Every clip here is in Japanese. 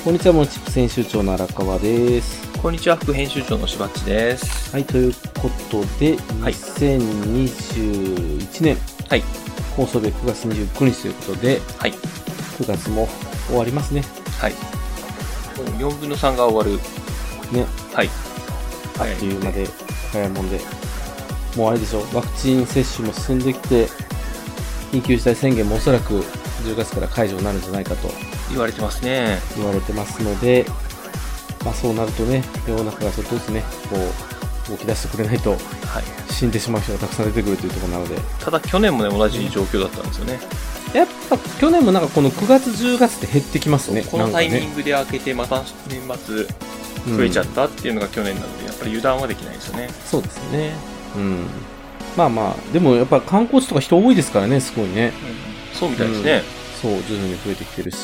こんにちは、モチップ編集長の荒川です。 こんにちは、副編集長のしばっちです。 はい、ということで、 はい、 2021年、 はい、 放送日9月29日ということで、 はい、 9月も終わりますね。 はい。もう4分の3が終わる。 ね。 はい。 あっという間で、早いもんで。もうあれでしょ、ワクチン接種も進んできて、緊急事態宣言もおそらく10月から解除になるんじゃないかと言われてますね。 言われてますので、まあそうなるとね、世の中がちょっとずつね、こう動き出してくれないと、 はい、 死んでしまう人がたくさん出てくるというところなので。 ただ去年もね、同じ状況だったんですよね。 やっぱ去年もなんかこの9月10月って減ってきますね。 このタイミングで開けてまた年末増えちゃったっていうのが去年なので、やっぱり油断はできないですよね。 そうですね。うん。まあまあ、でもやっぱ観光地とか人多いですからね、すごいね。 そうみたいですね。 そう、徐々に増えてきてるし。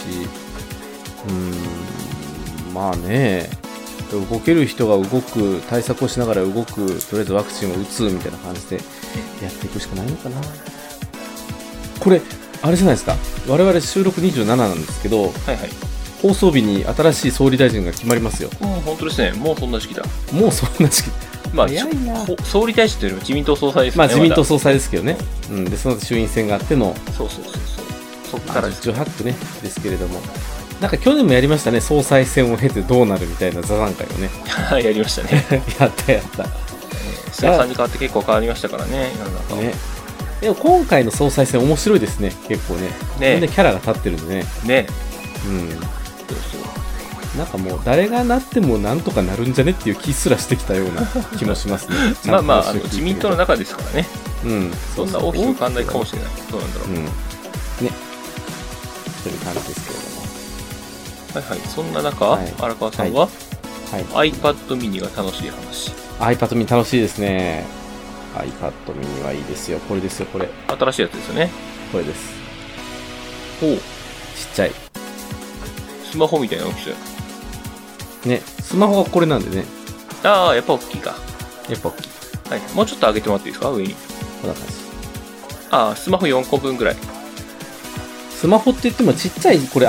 まあね、動ける人が動く、対策をしながら動く、とりあえずワクチンを打つみたいな感じでやっていくしかないのかな。これ、あれじゃないですか。我々収録27なんですけど、 はいはい。 放送日に新しい総理大臣が決まりますよ。 本当ですね。もうそんな時期だ。 もうそんな時期。 まあ、 早いな。 総理大臣というよりも自民党総裁ですね。 まあ自民党総裁ですけどね。で、その後衆院選があっての、 そう。そこからです。 18区ね、ですけれども。なんか去年もやりましたね、総裁選を経てどうなるみたいな座談会をね。 やりましたね。 やった。 菅さんに変わって結構変わりましたからね、世の中は。 ね。でも今回の総裁選面白いですね、結構ね。みんなキャラが立ってるんでね。 ね。 そう。なんかもう誰がなってもなんとかなるんじゃねっていう気すらしてきたような気もしますね。 まあ、自民党の中ですからね。そんな大きく変わらないかもしれない。どうなんだろう。 ね。という感じですけれども。 はい。そんな中、荒川さんは、iPad mini が楽しい話。 iPad mini 楽しいですね。iPad mini はいいですよ。これですよ、これ。 新しいやつですよね。 これです。 ちっちゃい。 スマホみたいな大きさ。 ね、スマホはこれなんでね。 ああ、やっぱ大きいか。 やっぱ大きい。 はい。もうちょっと上げてもらっていいですか、上に。 こんな感じ。 ああ、スマホ4個分ぐらい。 スマホって言ってもちっちゃい、これ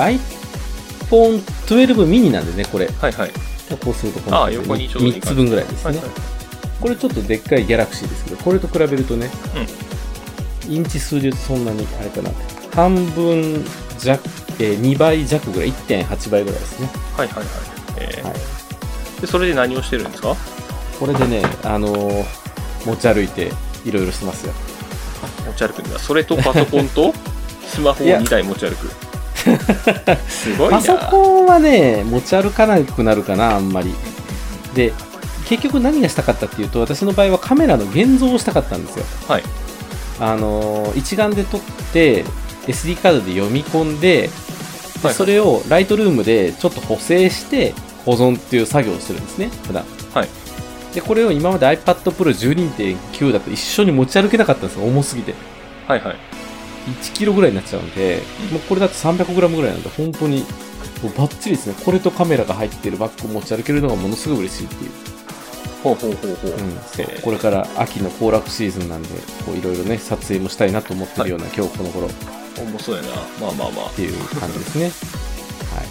iPhone 12 mini なんでね、これ。 はい。 こうするとこの横にちょうど 3つ分ぐらいですね。これちょっとでっかいギャラクシーですけど、これと比べるとね、インチ数で言うとそんなにあれかな。半分弱、2倍弱ぐらい、1.8 倍ぐらいですね。 はい。で、それで何をしてるんですか？ これでね、持ち歩いていろいろしてますよ。 持ち歩くんだ。それとパソコンとスマホを2台持ち歩く。すごいな。 パソコンはね、持ち歩かなくなるかな、あんまり。で、結局何がしたかったっていうと、私の場合はカメラの現像をしたかったんですよ。 はい。 一眼で撮って、SD カードで読み込んで、それをライトルームでちょっと補正して保存っていう作業をするんですね、普段。 はい。 で、これを今まで iPad Pro 12.9 だと一緒に持ち歩けなかったんですよ、重すぎて。 はい。 1キロぐらいになっちゃうんで、もうこれだと300グラムぐらいなんで、本当にもうバッチリですね。これとカメラが入ってるバッグを持ち歩けるのがものすごい嬉しいっていう。 ほう。 これから秋の行楽シーズンなんで、こういろいろね、撮影もしたいなと思ってるような、今日この頃。 面白いな。まあ。 っていう感じですね。はい。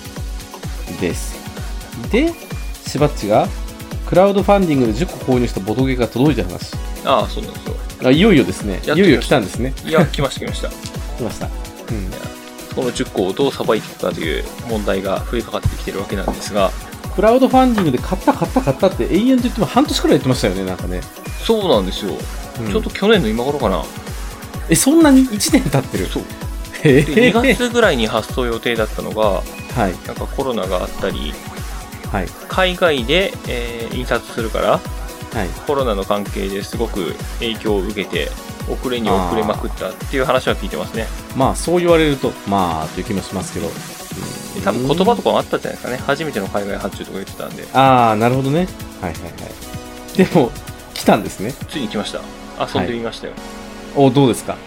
です。で、しばっちが、クラウドファンディングで10個購入したボトゲが届いた話。 ああ、そうなんですよ。 いよいよですね。いよいよ来たんですね。 いや、来ました。 来ました。 この10個をどうさばいていくかという問題が降りかかってきてるわけなんですが、 クラウドファンディングで買ったって永遠と言っても半年くらい言ってましたよね、なんかね。 そうなんですよ。ちょっと去年の今頃かな。 そんなに1年経ってる？ そう。で2月ぐらいに発送予定だったのが、なんかコロナがあったり、海外で、印刷するから、コロナの関係ですごく影響を受けて遅れに遅れまくったっていう話は聞いてますね。まあそう言われるとまあという気もしますけど、 多分言葉とかもあったんじゃないですかね。初めての海外発注とか言ってたんで。 ああ、なるほどね。でも来たんですね。 ついに来ました。遊んでみましたよ。 どうですか？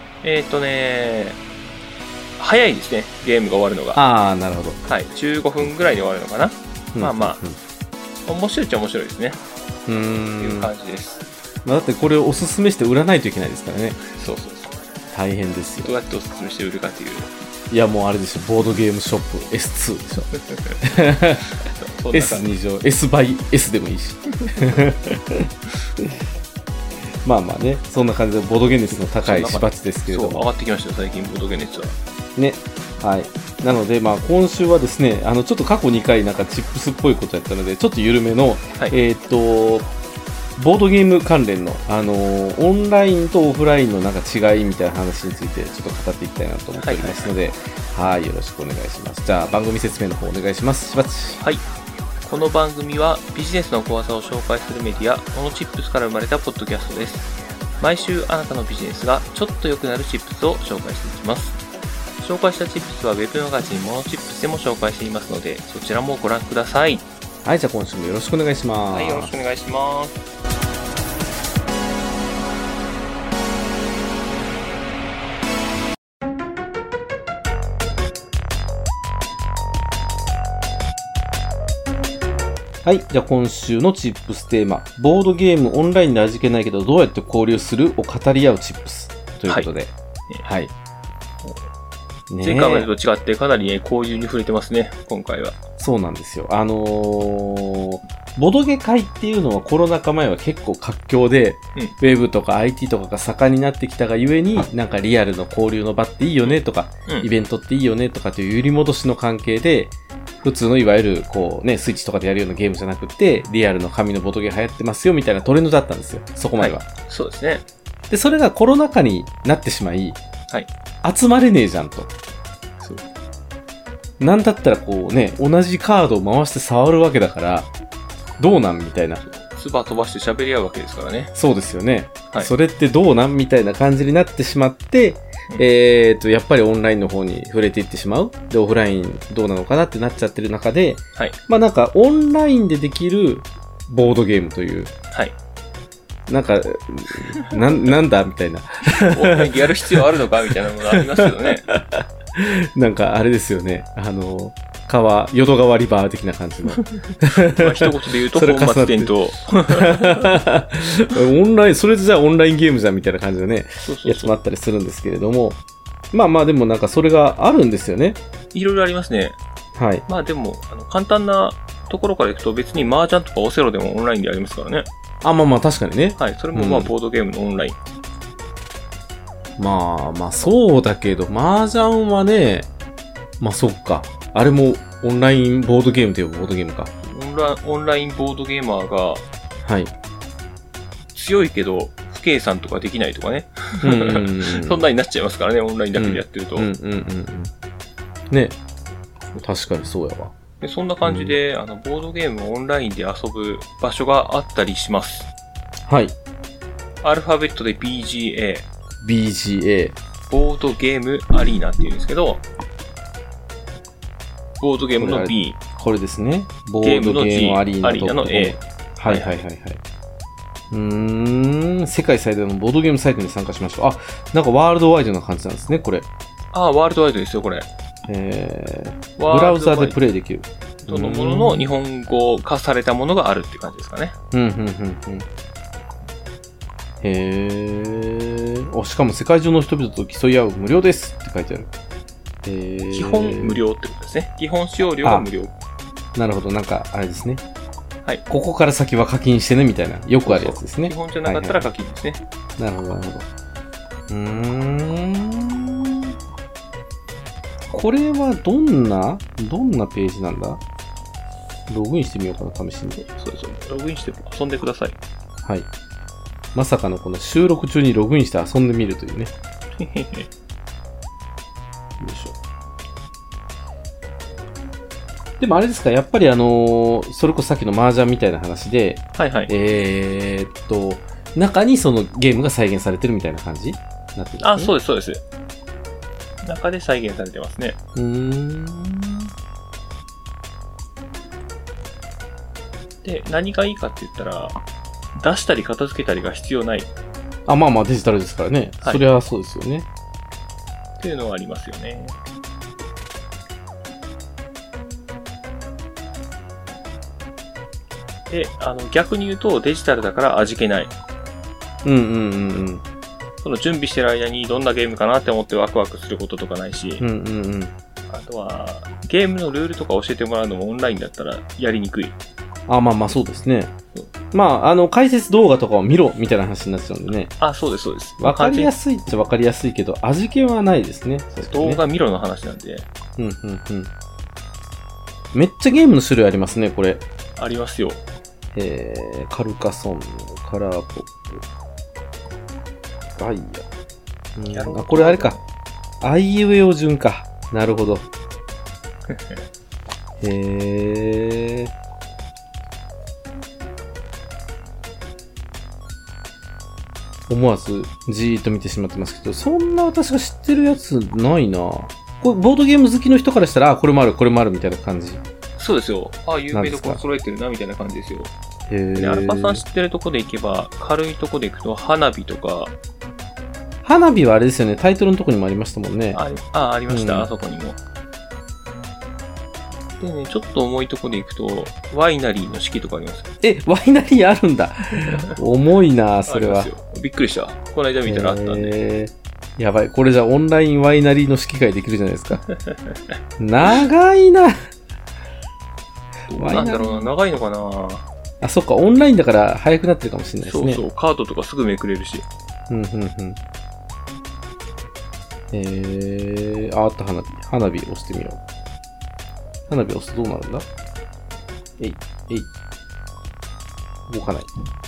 早いですね、ゲームが終わるのが。 ああ、なるほど。 15分ぐらいで終わるのかな。面白いっちゃ面白いですね。っていう感じです。 だってこれをおすすめして売らないといけないですからね。 そう。 大変ですよ。 どうやっておすすめして売るかという。 いやもうあれでしょ、ボードゲームショップ S2 でしょS2 S 倍 S でもいいしまあまあね、そんな感じでボードゲ熱の高いしばちですけれども、 そう上がってきましたよ最近ボードゲ熱はね。はい。なので、まあ、今週はですね、ちょっと過去2回なんかチップスっぽいことやったので、ちょっと緩めの、はい、ボードゲーム関連の、オンラインとオフラインのなんか違いみたいな話についてちょっと語っていきたいなと思っておりますので、はい、よろしくお願いします。じゃあ、番組説明の方お願いします。しばち。 はい。この番組はビジネスの小技を紹介するメディア、モノチップスから生まれたポッドキャストです。毎週あなたのビジネスがちょっと良くなるチップスを紹介していきます。紹介したチップスは Web マガジンモノチップスでも紹介していますので、そちらもご覧ください。 はい、じゃあ今週もよろしくお願いします。 はい、よろしくお願いします。 はい、じゃあ今週のチップステーマ、ボードゲームオンラインで味気ないけどどうやって交流するを語り合うチップスということで、はい。はい前回までと違ってかなりね、交流に触れてますね、今回は。 そうなんですよ。ボドゲ会っていうのはコロナ禍前は結構活況で、ウェブとか IT とかが盛んになってきたがゆえに、なんかリアルの交流の場っていいよねとか、イベントっていいよねとかという揺り戻しの関係で、普通のいわゆるこうね、スイッチとかでやるようなゲームじゃなくて、リアルの紙のボドゲ流行ってますよみたいなトレンドだったんですよ、そこまでは。 はい、そうですね。 で、それがコロナ禍になってしまい、 はい。 集まれねえじゃんと。なんだったらこうね、同じカードを回して触るわけだから、どうなんみたいな。 スバ飛ばして喋り合うわけですからね。 そうですよね。 はい、 それってどうなんみたいな感じになってしまって、やっぱりオンラインの方に触れていってしまう。で、オフラインどうなのかなってなっちゃってる中で、 はい。 まあなんかオンラインでできるボードゲームという。 はい。なんか、なんだみたいな。 オンラインでやる必要あるのかみたいなものありますけどね。 なんかあれですよね。淀川リバー的な感じの。 まあ一言で言うと、本末転倒。 オンライン、それじゃあオンラインゲームじゃんみたいな感じでね、やつもあったりするんですけれども。まあまあでもなんかそれがあるんですよね。 いろいろありますね。 はい。 まあでも、簡単なところからいくと別に麻雀とかオセロでもオンラインでありますからね。 あ、まあまあ確かにね。 はい。それもまあボードゲームのオンライン。 まあそうだけど、麻雀はね、まあそっか。あれもオンラインボードゲームというボードゲームか。 オンラインボードゲーマーが、 はい。 強いけど、不計算とかできないとかね。そんなになっちゃいますからね、オンラインだけでやってると。 ね。確かにそうやわ。 でそんな感じで、ボードゲームをオンラインで遊ぶ場所があったりします。 はい。 アルファベットで BGA。ボードゲームアリーナっていうんですけど、ボードゲームの B。 これですね。ボードゲームアリーナアリーナの A。 はいはいはいはい。世界最大のボードゲームサイトに参加しました。あ、なんかワールドワイドな感じなんですね、これ。 あ、ワールドワイドですよ、これ。 ブラウザーでプレイできる。 どのものの日本語化されたものがあるって感じですかね。 しかも世界中の人々と競い合う無料ですって書いてある。 基本無料ってことですね。基本使用料が無料。 なるほど、なんかあれですね。 はい。 ここから先は課金してねみたいな、よくあるやつですね。 基本じゃなかったら課金ですね。 なるほど、なるほど。これはどんなページなんだ？ログインしてみようかな、試しに。 そうです。ログインして遊んでください。 はい。まさかのこの収録中にログインして遊んでみるというね。よいしょ。でもあれですか、やっぱりそれこそさっきの麻雀みたいな話で、 はいはい。 中にそのゲームが再現されてるみたいな感じになってるんですね。 あ、そうです、そうです。中で再現されてますね。で、何がいいかって言ったら、出したり片付けたりが必要ない。 あ、まあまあデジタルですからね。はい、それはそうですよね。 っていうのはありますよね。で、逆に言うとデジタルだから味気ない。 そその準備してる間にどんなゲームかなって思ってワクワクすることとかないし、あとはゲームのルールとか教えてもらうのもオンラインだったらやりにくい。 まあそうですね。解説動画とかを見ろみたいな話になっちゃうんでね。 そうですそうです。 わかりやすいっちゃわかりやすいけど、味気はないですね。 動画見ろの話なんで。 めっちゃゲームの種類ありますね、これ。 ありますよ。 カルカソンヌ、カラーポップ、ガイア。これあれか。あいうえお順か。なるほど。思わずじーっと見てしまってますけど、そんな私が知ってるやつないな。これボードゲーム好きの人からしたら、これもあるみたいな感じ。 そうですよ。有名どころ揃えてるなみたいな感じですよ。でアルパさん知ってるとこで行けば、軽いとこで行くと花火とか。 花火はあれですよね、タイトルのとこにもありましたもんね。 ありました、あそこにも。でね、ちょっと重いとこで行くと、ワイナリーの式とかあります。 ワイナリーあるんだ。重いな、それは。 びっくりした。この間見たらあったんで。 やばい、これじゃオンラインワイナリーの式会できるじゃないですか。長いな。 なんだろうな、長いのかな。 そっか、オンラインだから早くなってるかもしれないですね。 そう、カードとかすぐめくれるし。 あった花火。花火押してみよう。花火押すとどうなるんだ？動かない。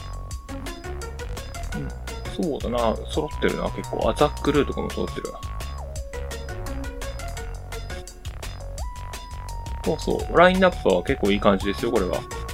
そうだな、揃ってるな、結構。アタックルーとかも揃ってるな。そう、ラインナップは結構いい感じですよ、これは。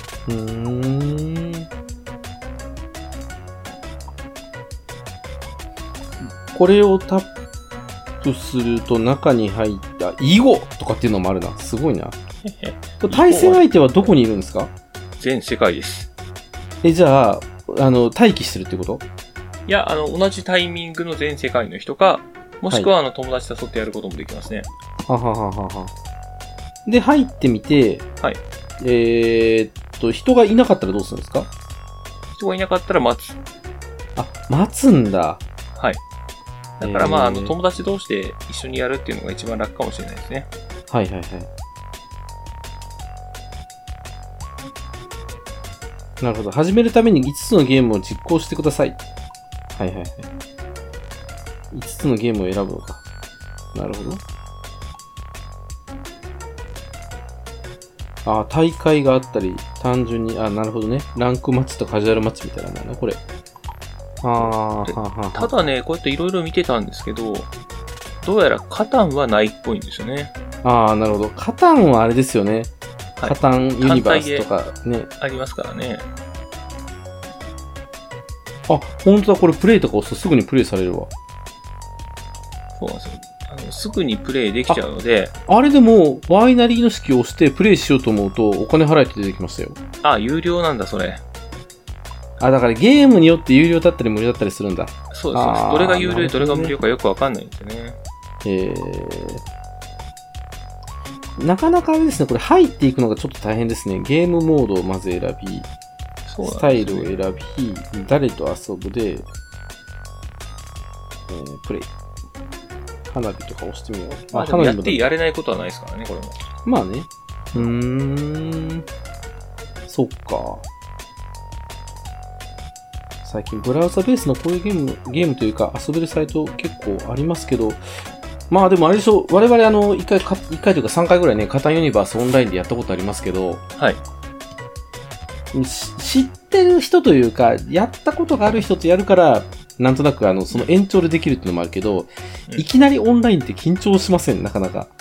これをタップすると中に入った囲碁とかっていうのもあるな。すごいな。対戦相手はどこにいるんですか？ 全世界です。 じゃあ、待機してるってこと？ いや、同じタイミングの全世界の人か、もしくは友達誘ってやることもできますね。 で、入ってみて、人がいなかったらどうするんですか？ 人がいなかったら待つ。 待つんだ。 はい。だから友達同士で一緒にやるっていうのが一番楽かもしれないですね。 なるほど。始めるために5つのゲームを実行してください。5つのゲームを選ぶのか。なるほど。大会があったり、単純に、なるほどね。ランクマッチとカジュアルマッチみたいなもんね、これ。 ただね、こうやっていろいろ見てたんですけど、どうやらカタンはないっぽいんですよね。 なるほど。カタンはあれですよね。カタンユニバースとかね。 ありますからね。 本当だ、これプレイとか押すとすぐにプレイされるわ。 そうなんですよ。すぐにプレイできちゃうので。 あれでも、ワイナリーの式を押してプレイしようと思うと、お金払えって出てきましたよ。 有料なんだ、それ。 だからゲームによって有料だったり無料だったりするんだ。 そうです。どれが有料でどれが無料かよくわかんないんですよね。 なかなかあれですね、これ入っていくのがちょっと大変ですね。ゲームモードをまず選び、スタイルを選び、誰と遊ぶで、プレイ。花火とか押してみよう。 でもやってやれないことはないですからね、これも。 まあね。そっか。最近ブラウザベースのこういうゲームというか遊べるサイト結構ありますけど、でもあれでしょ、我々1回というか3回ぐらいね、カタンユニバースオンラインでやったことありますけど、知ってる人というか、やったことがある人とやるから、なんとなくその延長でできるっていうのもあるけど、いきなりオンラインって緊張しません、なかなか。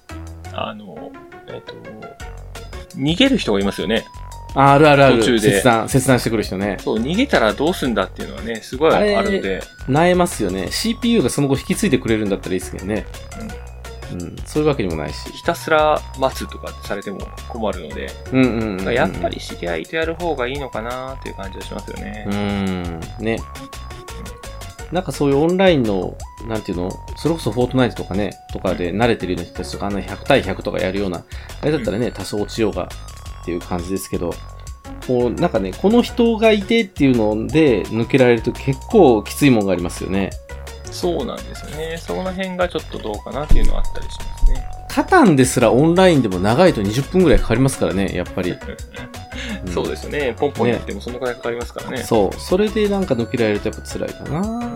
逃げる人がいますよね。 ある。 途中で切断してくる人ね。 そう、逃げたらどうすんだっていうのはね、すごいあるので。 萎えますよね。CPU がその後引き継いでくれるんだったらいいですけどね。そういうわけにもないし。 ひたすら待つとかってされても困るので。やっぱり知り合いとやる方がいいのかなっていう感じがしますよね。 ね。なんかそういうオンラインの、なんていうの、それこそフォートナイトとかね、とかで慣れてるような人たちとか、100対100とかやるような、あれだったらね、多少落ちようがっていう感じですけど、なんかね、この人がいてっていうので抜けられると結構きついもんがありますよね。 そうなんですよね。その辺がちょっとどうかなっていうのはあったりしますね。 カタンですらオンラインでも長いと20分ぐらいかかりますからね、やっぱり。 そうですよね。ポンポンやってもそのくらいかかりますからね。 そう。それでなんか抜けられるとやっぱ辛いかな。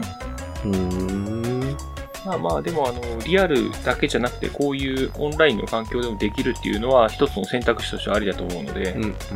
まあでもリアルだけじゃなくてこういうオンラインの環境でもできるっていうのは一つの選択肢としてありだと思うので。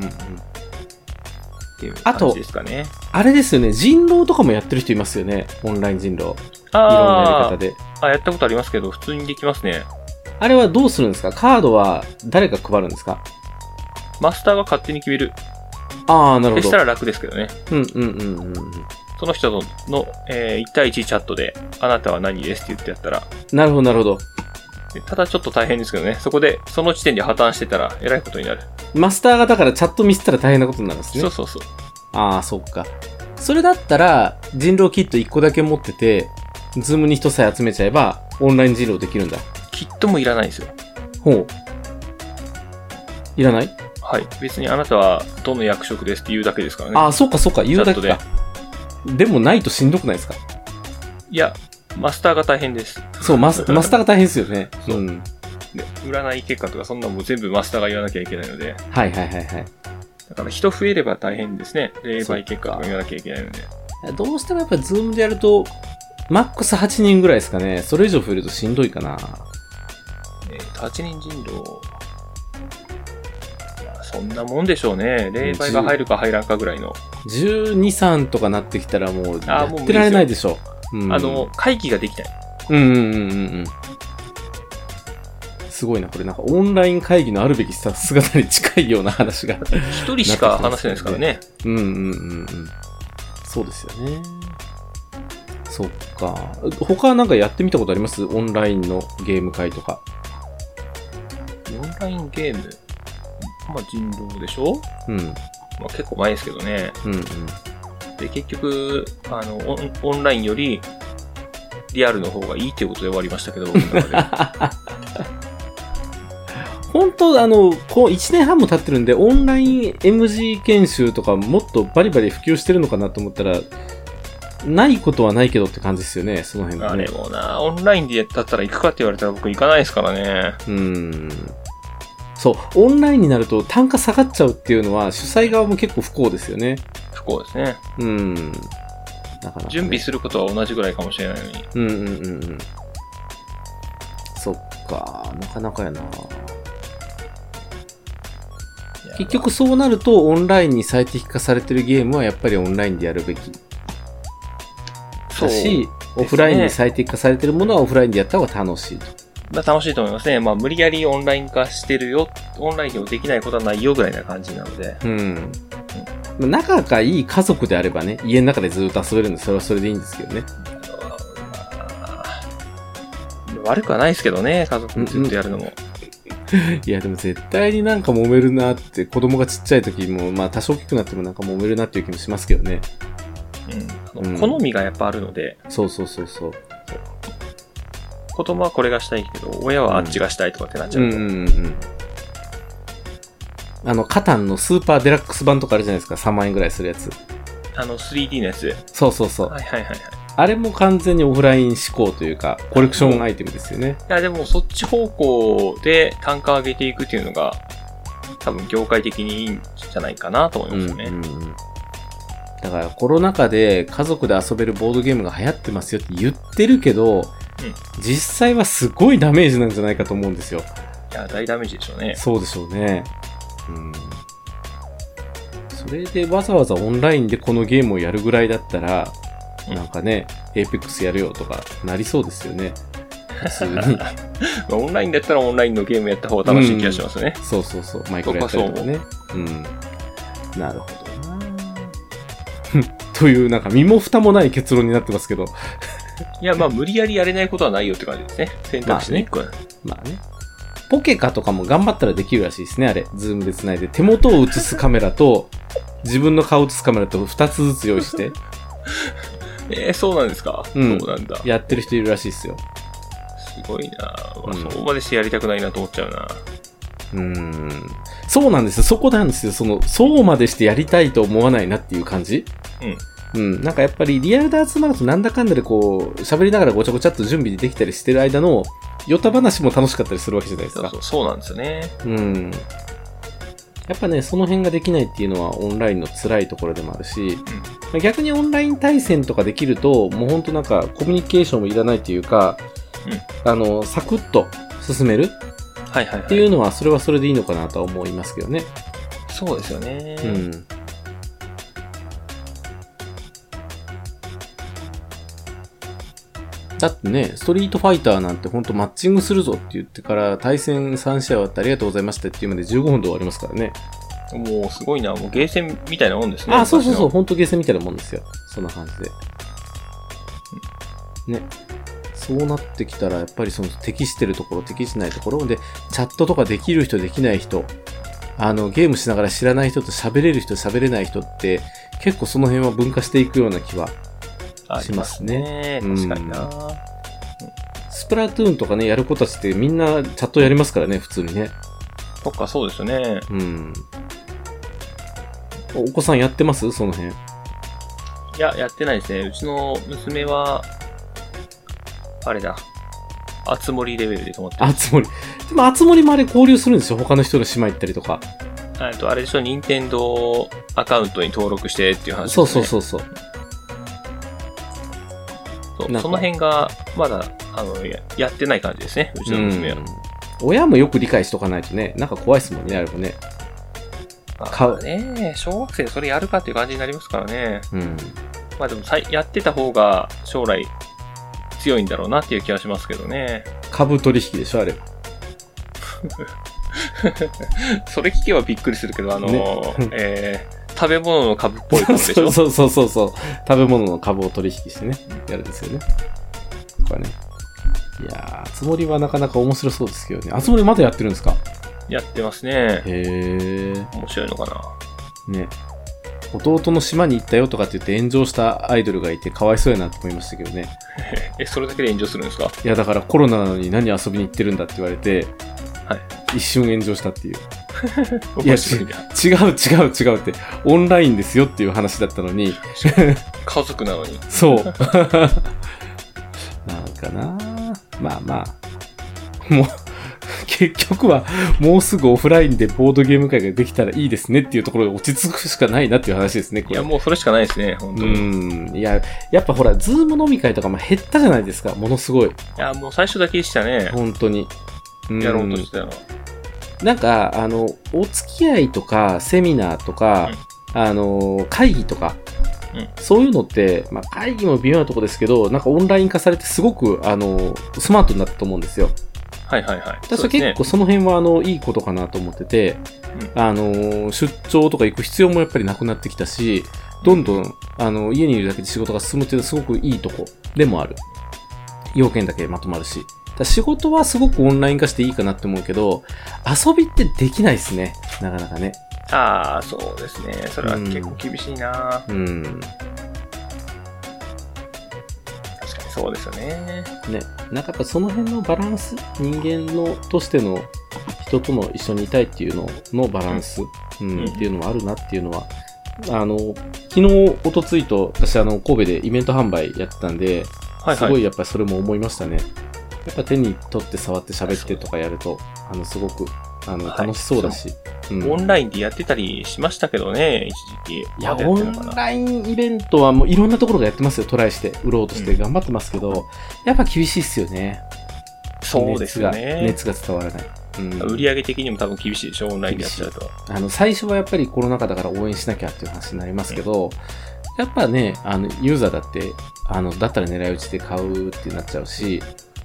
っていう感じですかね。 あれですよね。人狼とかもやってる人いますよね。オンライン人狼。いろんなやり方で。 やったことありますけど、普通にできますね。 あれはどうするんですか？カードは誰が配るんですか？ マスターが勝手に決める。 なるほど。 でしたら楽ですけどね。その人の、1対1チャットで、あなたは何ですって言ってやったら。 なるほど、なるほど。 ただちょっと大変ですけどね。その時点で破綻してたら、えらいことになる。 マスターがだからチャットミスったら大変なことになるんですね。 そう。 そっか。それだったら、人狼キット1個だけ持ってて、ズームに人さえ集めちゃえば、オンライン人狼できるんだ。 キットもいらないんですよ。 ほう。いらない？ はい。別にあなたはどの役職ですって言うだけですからね。 そうか。言うだけか。でもないとしんどくないですか？ いや、マスターが大変です。 そう、マスターが大変ですよね。 で、占い結果とかそんなも全部マスターが言わなきゃいけないので。 はい。 だから人増えれば大変ですね。霊媒結果とか言わなきゃいけないので。 どうしてもやっぱズームでやると、マックス8人ぐらいですかね。それ以上増えるとしんどいかな。 8人人狼。そんなもんでしょうね。霊媒が入るか入らんかぐらいの。 12、3とかなってきたらもうやってられないでしょ。 会議ができない。 すごいな、これなんかオンライン会議のあるべき姿に近いような話が。 一人しか話せないですからね。 そうですよね。そっか。他なんかやってみたことあります？オンラインのゲーム会とか。 オンラインゲーム？人狼でしょ？結構前ですけどね。で、結局、オンラインよりリアルの方がいいっていうことで終わりましたけど、僕の中で。 本当こう1年半も経ってるんで、オンライン MG 研修とかもっとバリバリ普及してるのかなと思ったら、ないことはないけどって感じですよね、その辺はね。 あれもな、オンラインでやったら行くかって言われたら僕行かないですからね。 そう、オンラインになると単価下がっちゃうっていうのは主催側も結構不幸ですよね。 不幸ですね。 だから、ね、 準備することは同じぐらいかもしれないのに。 そっか、なかなかやな。結局そうなるとオンラインに最適化されてるゲームはやっぱりオンラインでやるべきだし、オフラインに最適化されてるものはオフラインでやった方が楽しいと。 楽しいと思いますね。無理やりオンライン化してるよ、オンラインでもできないことはないよぐらいな感じなので。 仲がいい家族であればね、家の中でずっと遊べるんで、それはそれでいいんですけどね。 悪くはないですけどね、家族でずっとやるのも。 いやでも絶対になんか揉めるなって、子供がちっちゃい時も、多少大きくなってもなんか揉めるなっていう気もしますけどね。 好みがやっぱあるので。 そう。 子供はこれがしたいけど、親はあっちがしたいとかってなっちゃうと。 カタンのスーパーデラックス版とかあるじゃないですか、3万円ぐらいするやつ。 3D のやつ。 そう。 はい。 あれも完全にオフライン志向というか、コレクションアイテムですよね。 いや、でもそっち方向で単価上げていくっていうのが、多分業界的にいいんじゃないかなと思いますよね。 だからコロナ禍で家族で遊べるボードゲームが流行ってますよって言ってるけど、実際はすごいダメージなんじゃないかと思うんですよ。 いや、大ダメージでしょうね。 そうでしょうね。それでわざわざオンラインでこのゲームをやるぐらいだったら、なんかね、エーペックスやるよとかなりそうですよね。普通に。 オンラインだったらオンラインのゲームやった方が楽しい気がしますね。 そう。マイクロやったりとかね。なるほどな。というなんか身も蓋もない結論になってますけど。 いや、無理やりやれないことはないよって感じですね。選択肢の1個。 ポケカとかも頑張ったらできるらしいですね、あれ。ズームで繋いで。手元を映すカメラと、自分の顔を映すカメラと2つずつ用意して。 そうなんですか？そうなんだ。 やってる人いるらしいですよ。 すごいな。そうまでしてやりたくないなと思っちゃうな。 そうなんですよ。そこなんですよ。そうまでしてやりたいと思わないなっていう感じ。 なんかやっぱりリアルで集まるとなんだかんだでこう、喋りながらごちゃごちゃっと準備できたりしてる間の、ヨタ話も楽しかったりするわけじゃないですか。 そうなんですよね。 やっぱね、その辺ができないっていうのはオンラインの辛いところでもあるし、逆にオンライン対戦とかできると、もうほんとなんかコミュニケーションもいらないというか、サクッと進めるっていうのは、それはそれでいいのかなとは思いますけどね。 そうですよね。 だってね、ストリートファイターなんてほんとマッチングするぞって言ってから対戦3試合終わってありがとうございましたっていうまで15分で終わりますからね。 もうすごいな、もうゲーセンみたいなもんですね。 そう、ほんとゲーセンみたいなもんですよ。そんな感じで。ね。そうなってきたらやっぱりその適してるところ、適してないところで、チャットとかできる人、できない人、ゲームしながら知らない人と喋れる人、喋れない人って、結構その辺は分化していくような気はしますね。 確かにな。 スプラトゥーンとかね、やる子たちってみんなチャットやりますからね、普通にね。 そっか、そうですよね。 お子さんやってます？その辺。いや、やってないですね。うちの娘は、あれだ。あつ森レベルで止まってる。 あつ森。でもあつ森もあれ交流するんですよ。他の人の島行ったりとか。 あれでしょ、任天堂アカウントに登録してっていう話ですね。 そう。 その辺が、まだ、やってない感じですね。うちの娘は。 親もよく理解しとかないとね、なんか怖いですもんね、あれもね。 小学生でそれやるかっていう感じになりますからね。まあでも、やってた方が将来強いんだろうなっていう気はしますけどね。 株取引でしょ、あれ。 それ聞けばびっくりするけど、食べ物の株っぽい株でしょ。 そう。食べ物の株を取引してね、やるんですよね。とかね。いやー、つもりはなかなか面白そうですけどね。あつ森まだやってるんですか？ やってますね。 面白いのかな。 ね。弟の島に行ったよとかって言って炎上したアイドルがいてかわいそうやなと思いましたけどね。 それだけで炎上するんですか？ いや、だからコロナなのに何遊びに行ってるんだって言われて、一瞬炎上したっていう。いや、違うって。オンラインですよっていう話だったのに。 家族なのに。 そう。なんかな、まあ。もう、結局はもうすぐオフラインでボードゲーム会ができたらいいですねっていうところで落ち着くしかないなっていう話ですね。 いや、もうそれしかないですね、本当に。 いや、やっぱほら、ズーム飲み会とかも減ったじゃないですか、ものすごい。いや、もう最初だけでしたね。 本当に。 やろうとしてたのは。 なんか、お付き合いとか、セミナーとか、会議とか、そういうのって、まあ、会議も微妙なとこですけど、なんかオンライン化されてすごく、スマートになったと思うんですよ。 はい。 私は結構その辺はいいことかなと思ってて、出張とか行く必要もやっぱりなくなってきたし、どんどん、家にいるだけで仕事が進むっていうのはすごくいいとこでもある。要件だけまとまるし。仕事はすごくオンライン化していいかなって思うけど、遊びってできないですね。なかなかね。 そうですね。それは結構厳しいな。確かにそうですよね。 なんかやっぱその辺のバランス、人間のとしての人との一緒にいたいっていうののバランス、っていうのはあるなっていうのは、昨日、おとついと私神戸でイベント販売やってたんで、すごいやっぱりそれも思いましたね。やっぱ手に取って触って喋ってとかやると、すごく、楽しそうだし、 オンラインでやってたりしましたけどね、一時期。 いや、オンラインイベントはもういろんなところがやってますよ、トライして、売ろうとして頑張ってますけど、やっぱ厳しいっすよね。 そうですよね。 熱が伝わらない。 売上的にも多分厳しいでしょ、オンラインでやっちゃうと。 最初はやっぱりコロナ禍だから応援しなきゃっていう話になりますけど、やっぱね、ユーザーだって、だったら狙い撃ちで買うってなっちゃうし、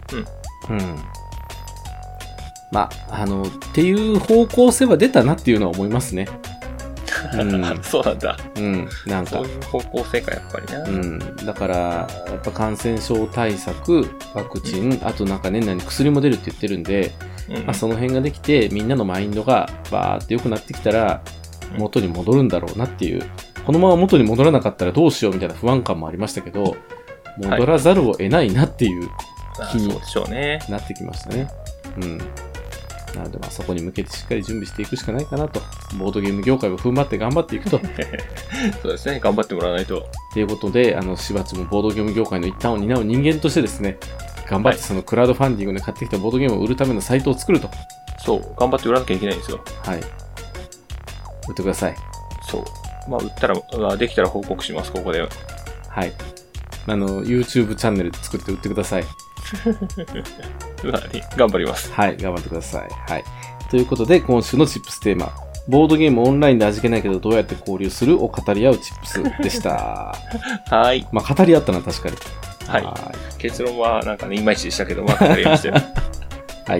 まあ、っていう方向性は出たなっていうのは思いますね。 そうなんだ。 なんか。 そういう方向性か、やっぱりな。 だから、やっぱ感染症対策、ワクチン、あとなんか年内に薬も出るって言ってるんで、まあ、その辺ができて、みんなのマインドがバーって良くなってきたら、元に戻るんだろうなっていう。このまま元に戻らなかったらどうしようみたいな不安感もありましたけど、戻らざるを得ないなっていう気になってきましたね。 なので、そこに向けてしっかり準備していくしかないかなと。ボードゲーム業界を踏ん張って頑張っていくと。 そうですね。頑張ってもらわないと。 ということで、しばちもボードゲーム業界の一端を担う人間としてですね、頑張ってそのクラウドファンディングで買ってきたボードゲームを売るためのサイトを作ると。 そう。頑張って売らなきゃいけないんですよ。 はい。売ってください。 そう。売ったら、できたら報告します、ここで。はい。 YouTube チャンネル作って売ってください。 頑張ります。 はい、頑張ってください。はい。ということで、今週のチップステーマ、ボードゲームオンラインで味気ないけどどうやって交流するを語り合うチップスでした。 はい。 語り合ったな、確かに。 はい。結論はなんかね、いまいちでしたけど、語りましたよ。 はい。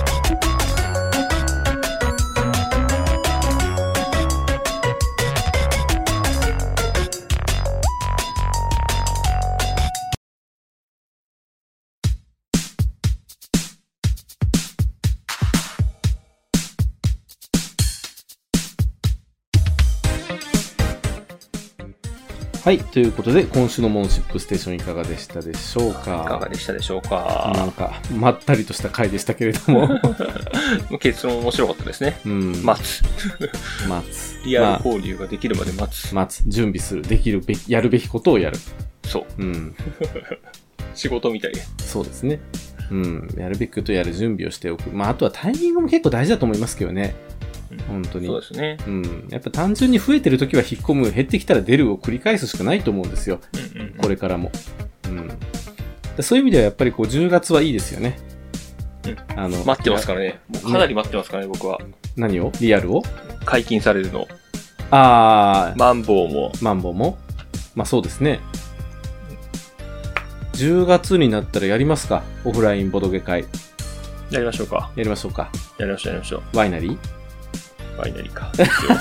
はい。ということで、今週のモンシップステーションいかがでしたでしょうか。 いかがでしたでしょうか。 なんか、まったりとした回でしたけれども。 結論面白かったですね。待つ。リアル交流ができるまで待つ。 準備する。やるべきことをやる。 そう。仕事みたい。 そうですね。やるべきことをやる準備をしておく。あとはタイミングも結構大事だと思いますけどね。本当に。 そうですね。 やっぱ単純に増えてるときは引っ込む、減ってきたら出るを繰り返すしかないと思うんですよ。これからも。そういう意味ではやっぱり10月はいいですよね。 待ってますからね。もうかなり待ってますからね、僕は。 何を？リアルを？ 解禁されるの。マンボウも。 そうですね。10月になったらやりますか？オフラインボドゲ会。 やりましょうか。 やりましょう。 ワイナリーか。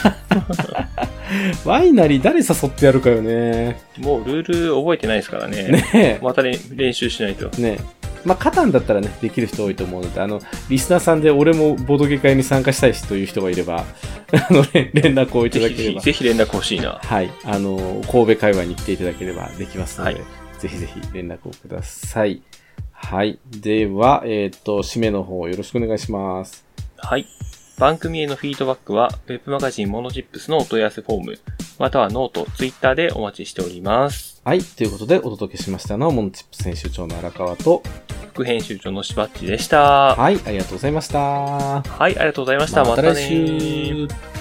ワイナリー誰誘ってやるかよね。 もうルール覚えてないですからね。また練習しないと。 ね。カタンだったらね、できる人多いと思うので、リスナーさんで俺もボドゲ会に参加したいという人がいれば、連絡をいただければ。 ぜひ連絡欲しいな。 はい。神戸界隈に来ていただければできますので、ぜひぜひ連絡をください。はい。では、締めの方よろしくお願いします。 はい。番組へのフィードバックは、ウェブマガジンモノチップスのお問い合わせフォーム、またはノート、ツイッターでお待ちしております。 はい。ということで、お届けしましたのは、モノチップス編集長の荒川と、 副編集長のしばっちでした。 はい。ありがとうございました。 はい。ありがとうございました。 また来週。